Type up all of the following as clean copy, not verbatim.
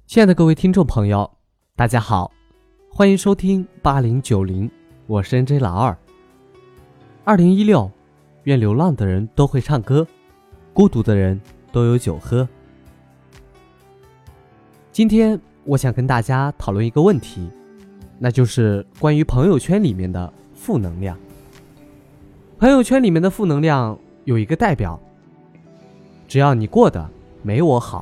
亲爱的各位听众朋友，大家好，欢迎收听8090，我是 NJ 老二。2016，愿流浪的人都会唱歌，孤独的人都有酒喝。今天我想跟大家讨论一个问题，那就是关于朋友圈里面的负能量。朋友圈里面的负能量有一个代表，只要你过得没我好。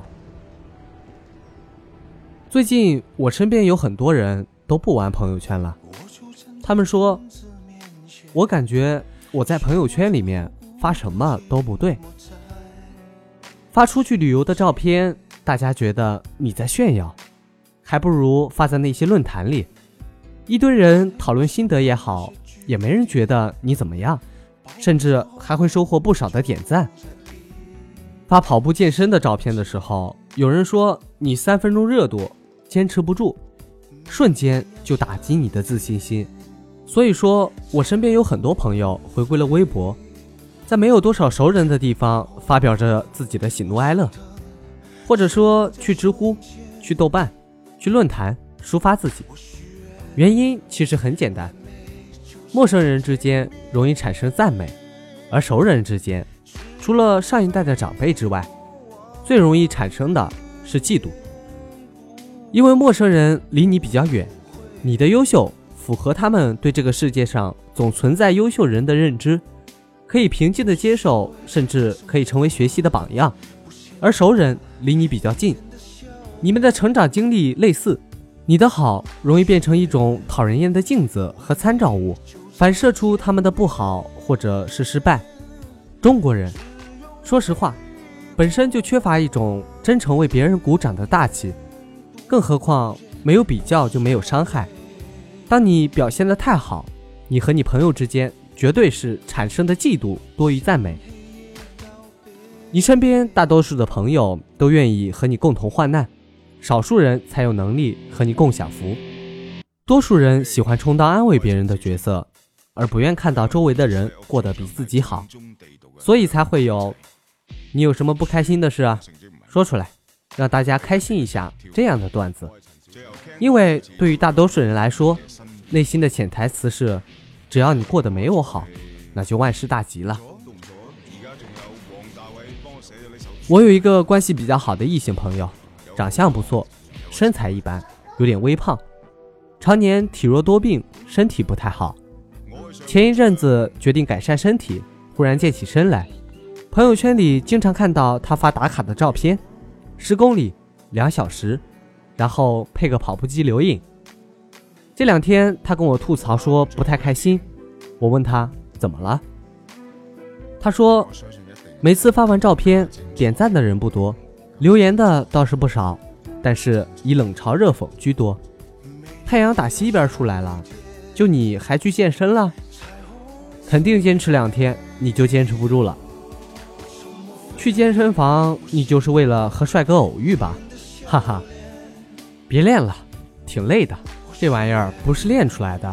最近我身边有很多人都不玩朋友圈了，他们说，我感觉我在朋友圈里面发什么都不对。发出去旅游的照片，大家觉得你在炫耀，还不如发在那些论坛里，一堆人讨论心得也好，也没人觉得你怎么样，甚至还会收获不少的点赞。发跑步健身的照片的时候，有人说你3分钟热度坚持不住，瞬间就打击你的自信心。所以说我身边有很多朋友回归了微博，在没有多少熟人的地方发表着自己的喜怒哀乐，或者说去知乎、去豆瓣、去论坛抒发自己。原因其实很简单，陌生人之间容易产生赞美，而熟人之间除了上一代的长辈之外，最容易产生的是嫉妒。因为陌生人离你比较远，你的优秀符合他们对这个世界上总存在优秀人的认知，可以平静地接受，甚至可以成为学习的榜样。而熟人离你比较近，你们的成长经历类似，你的好容易变成一种讨人厌的镜子和参照物，反射出他们的不好或者是失败。中国人说实话本身就缺乏一种真诚为别人鼓掌的大气，更何况没有比较就没有伤害。当你表现得太好，你和你朋友之间绝对是产生的嫉妒多于赞美。你身边大多数的朋友都愿意和你共同患难，少数人才有能力和你共享福。多数人喜欢充当安慰别人的角色，而不愿看到周围的人过得比自己好，所以才会有你有什么不开心的事啊，说出来让大家开心一下这样的段子。因为对于大多数人来说，内心的潜台词是，只要你过得没我好，那就万事大吉了。我有一个关系比较好的异性朋友，长相不错，身材一般，有点微胖，常年体弱多病，身体不太好。前一阵子决定改善身体，忽然健起身来，朋友圈里经常看到他发打卡的照片，10公里2小时，然后配个跑步机留影。这2天他跟我吐槽说不太开心，我问他怎么了，他说每次发完照片点赞的人不多，留言的倒是不少，但是以冷嘲热讽居多。太阳打西边出来了，就你还去健身了？肯定坚持2天你就坚持不住了。去健身房你就是为了和帅哥偶遇吧？哈哈，别练了，挺累的，这玩意儿不是练出来的。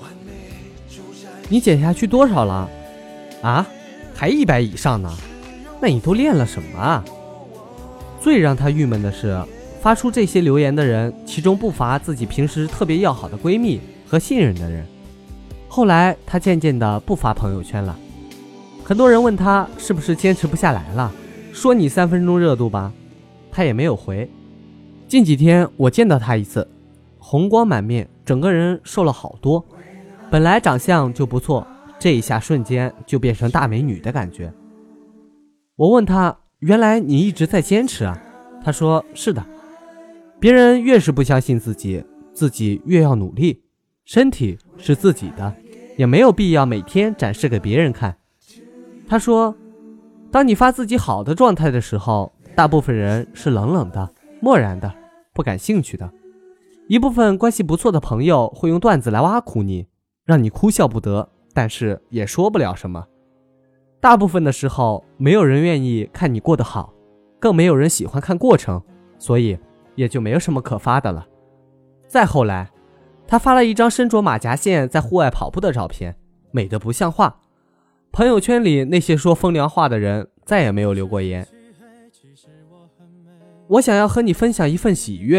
你减下去多少了？啊，还100以上呢，那你都练了什么啊？最让他郁闷的是，发出这些留言的人其中不乏自己平时特别要好的闺蜜和信任的人。后来他渐渐的不发朋友圈了，很多人问他是不是坚持不下来了，说你3分钟热度吧，他也没有回。近几天我见到他一次，红光满面，整个人瘦了好多，本来长相就不错，这一下瞬间就变成大美女的感觉。我问他，原来你一直在坚持啊？他说是的，别人越是不相信自己，自己越要努力，身体是自己的，也没有必要每天展示给别人看。他说，当你发自己好的状态的时候，大部分人是冷冷的、漠然的、不感兴趣的。一部分关系不错的朋友会用段子来挖苦你，让你哭笑不得，但是也说不了什么。大部分的时候，没有人愿意看你过得好，更没有人喜欢看过程，所以也就没有什么可发的了。再后来，他发了一张身着马甲线在户外跑步的照片，美得不像话。朋友圈里那些说风凉话的人再也没有留过言。我想要和你分享一份喜悦，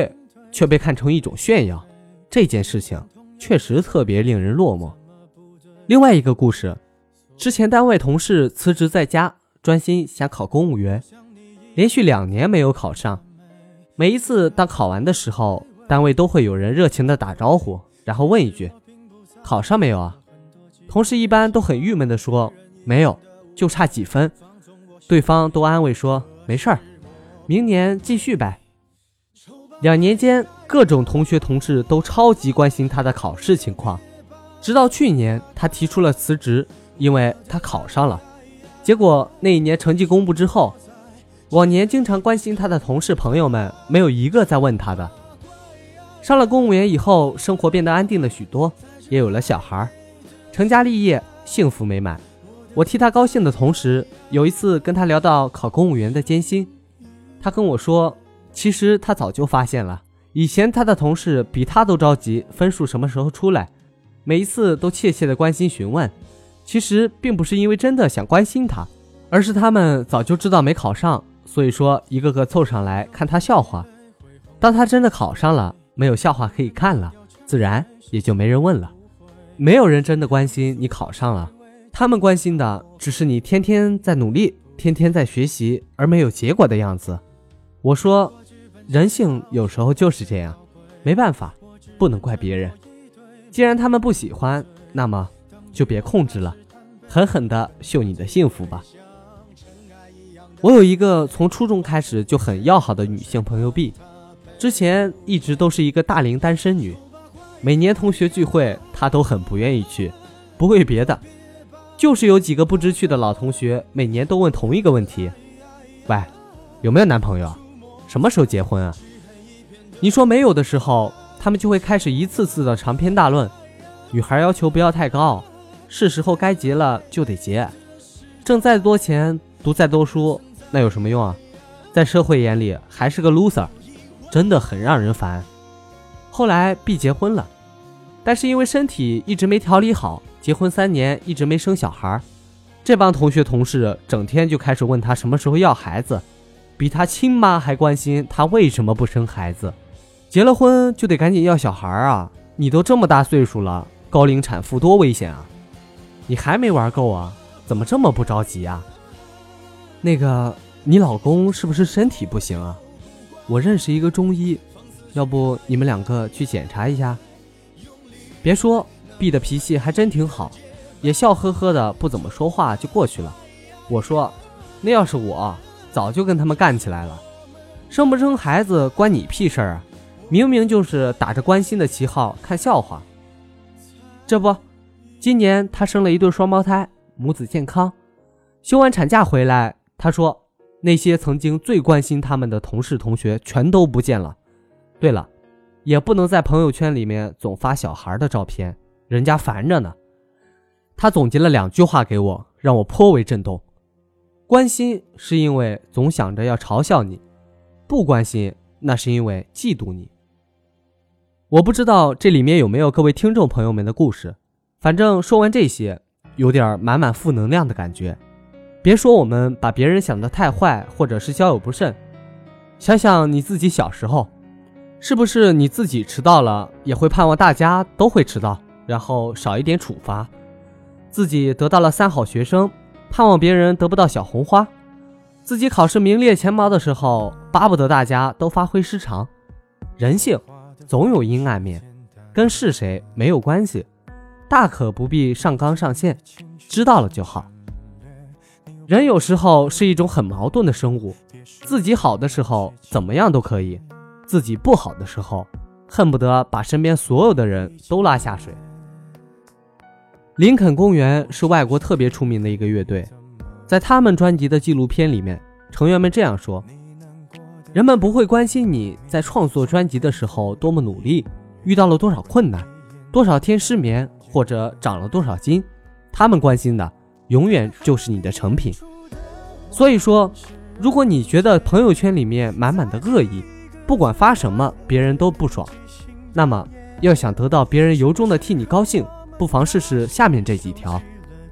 却被看成一种炫耀，这件事情确实特别令人落寞。另外一个故事，之前单位同事辞职在家，专心想考公务员，连续2年没有考上。每一次当考完的时候，单位都会有人热情地打招呼，然后问一句，考上没有啊？同事一般都很郁闷地说，没有，就差几分。对方都安慰说，没事儿，明年继续呗。2年间，各种同学同事都超级关心他的考试情况，直到去年他提出了辞职，因为他考上了。结果那一年成绩公布之后，往年经常关心他的同事朋友们没有一个在问他的。上了公务员以后，生活变得安定了许多，也有了小孩，成家立业，幸福美满。我替他高兴的同时，有一次跟他聊到考公务员的艰辛，他跟我说，其实他早就发现了，以前他的同事比他都着急分数什么时候出来，每一次都切切的关心询问，其实并不是因为真的想关心他，而是他们早就知道没考上，所以说一个个凑上来看他笑话。当他真的考上了，没有笑话可以看了，自然也就没人问了。没有人真的关心你考上了，他们关心的只是你天天在努力，天天在学习而没有结果的样子。我说，人性有时候就是这样，没办法，不能怪别人。既然他们不喜欢，那么就别控制了，狠狠地秀你的幸福吧。我有一个从初中开始就很要好的女性朋友 B， 之前一直都是一个大龄单身女，每年同学聚会她都很不愿意去，不为别的，就是有几个不知趣的老同学每年都问同一个问题，喂，有没有男朋友？什么时候结婚啊？你说没有的时候，他们就会开始一次次的长篇大论，女孩要求不要太高，是时候该结了就得结，挣再多钱，读再多书，那有什么用啊？在社会眼里还是个 loser， 真的很让人烦。后来 B 结婚了，但是因为身体一直没调理好，结婚3年一直没生小孩，这帮同学同事整天就开始问他什么时候要孩子，比他亲妈还关心他为什么不生孩子。结了婚就得赶紧要小孩啊，你都这么大岁数了，高龄产妇多危险啊，你还没玩够啊，怎么这么不着急啊？那个，你老公是不是身体不行啊？我认识一个中医，要不你们2个去检查一下？别说 B 的脾气还真挺好，也笑呵呵的不怎么说话就过去了。我说，那要是我早就跟他们干起来了，生不生孩子关你屁事啊，明明就是打着关心的旗号看笑话。这不，今年他生了一对双胞胎，母子健康，休完产假回来，他说那些曾经最关心他们的同事同学全都不见了。对了，也不能在朋友圈里面总发小孩的照片，人家烦着呢。他总结了2句话给我，让我颇为震动。关心是因为总想着要嘲笑你，不关心那是因为嫉妒你。我不知道这里面有没有各位听众朋友们的故事，反正说完这些，有点满满负能量的感觉。别说我们把别人想得太坏，或者是交友不慎，想想你自己小时候，是不是你自己迟到了也会盼望大家都会迟到，然后少一点处罚？自己得到了3好学生，盼望别人得不到小红花？自己考试名列前茅的时候，巴不得大家都发挥失常。人性总有阴暗面，跟是谁没有关系，大可不必上纲上线，知道了就好。人有时候是一种很矛盾的生物，自己好的时候怎么样都可以，自己不好的时候恨不得把身边所有的人都拉下水。林肯公园是外国特别出名的一个乐队，在他们专辑的纪录片里面，成员们这样说，人们不会关心你在创作专辑的时候多么努力，遇到了多少困难，多少天失眠，或者长了多少斤，他们关心的永远就是你的成品。所以说，如果你觉得朋友圈里面满满的恶意，不管发什么别人都不爽，那么要想得到别人由衷的替你高兴，不妨试试下面这几条。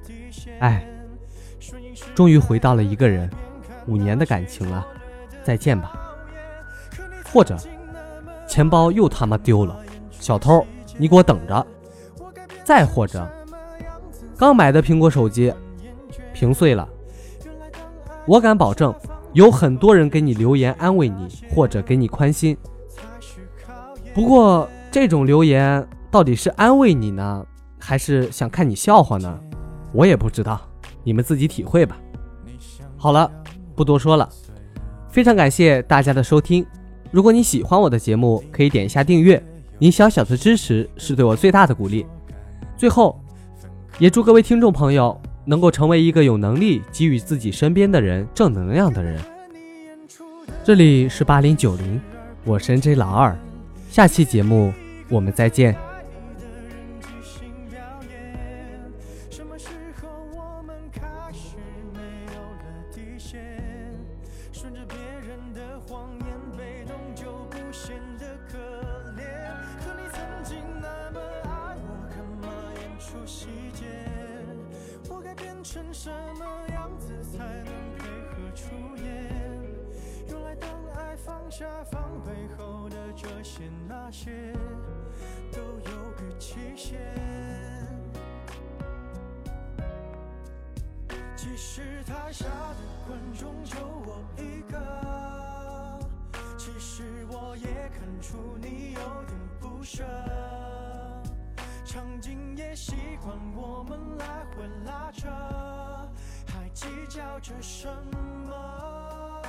终于回到了一个人，5年的感情了，再见吧。或者钱包又他妈丢了，小偷你给我等着。再或者刚买的苹果手机屏碎了，我敢保证有很多人给你留言安慰你，或者给你宽心。不过这种留言到底是安慰你呢，还是想看你笑话呢？我也不知道，你们自己体会吧。好了，不多说了，非常感谢大家的收听。如果你喜欢我的节目，可以点一下订阅，你小小的支持是对我最大的鼓励。最后也祝各位听众朋友能够成为一个有能力给予自己身边的人正能量的人。这里是8090，我是 NJ 老二，下期节目我们再见。 什么时候我们开始没有了底线？顺着别人的谎言，被动就不显得可怜。可你曾经那么爱我，干嘛演出细节？我该变成什么样子才能配合出演？原来当爱放下防备后的这些那些，都有个期限。其实台下的观众就我一个，其实我也看出你有点不舍，场景也习惯我们来回拉扯，还计较着什么？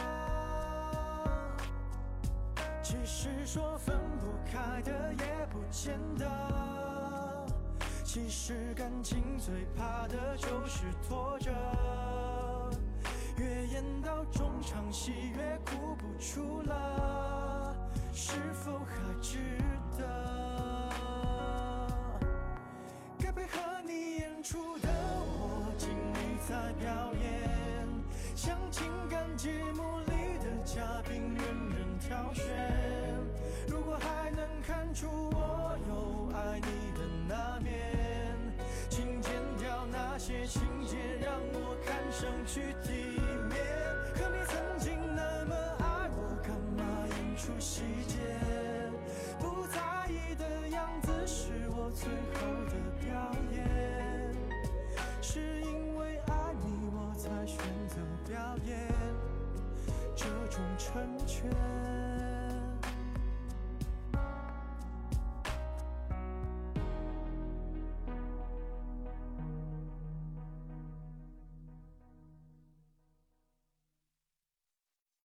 其实说分不开的也不见得，其实感情最怕的就是拖着，越演到中场戏越哭不出了，是否还值得？该配合你演出的我尽力在表演，像情感节目里的嘉宾任人挑选，如果还能看出我有爱你的那面，请剪掉那些情节，让我看上去体面。可你曾经那么爱我，干嘛演出细节？不在意的样子是我最后的表演，是因为爱你我才选择表演这种成全。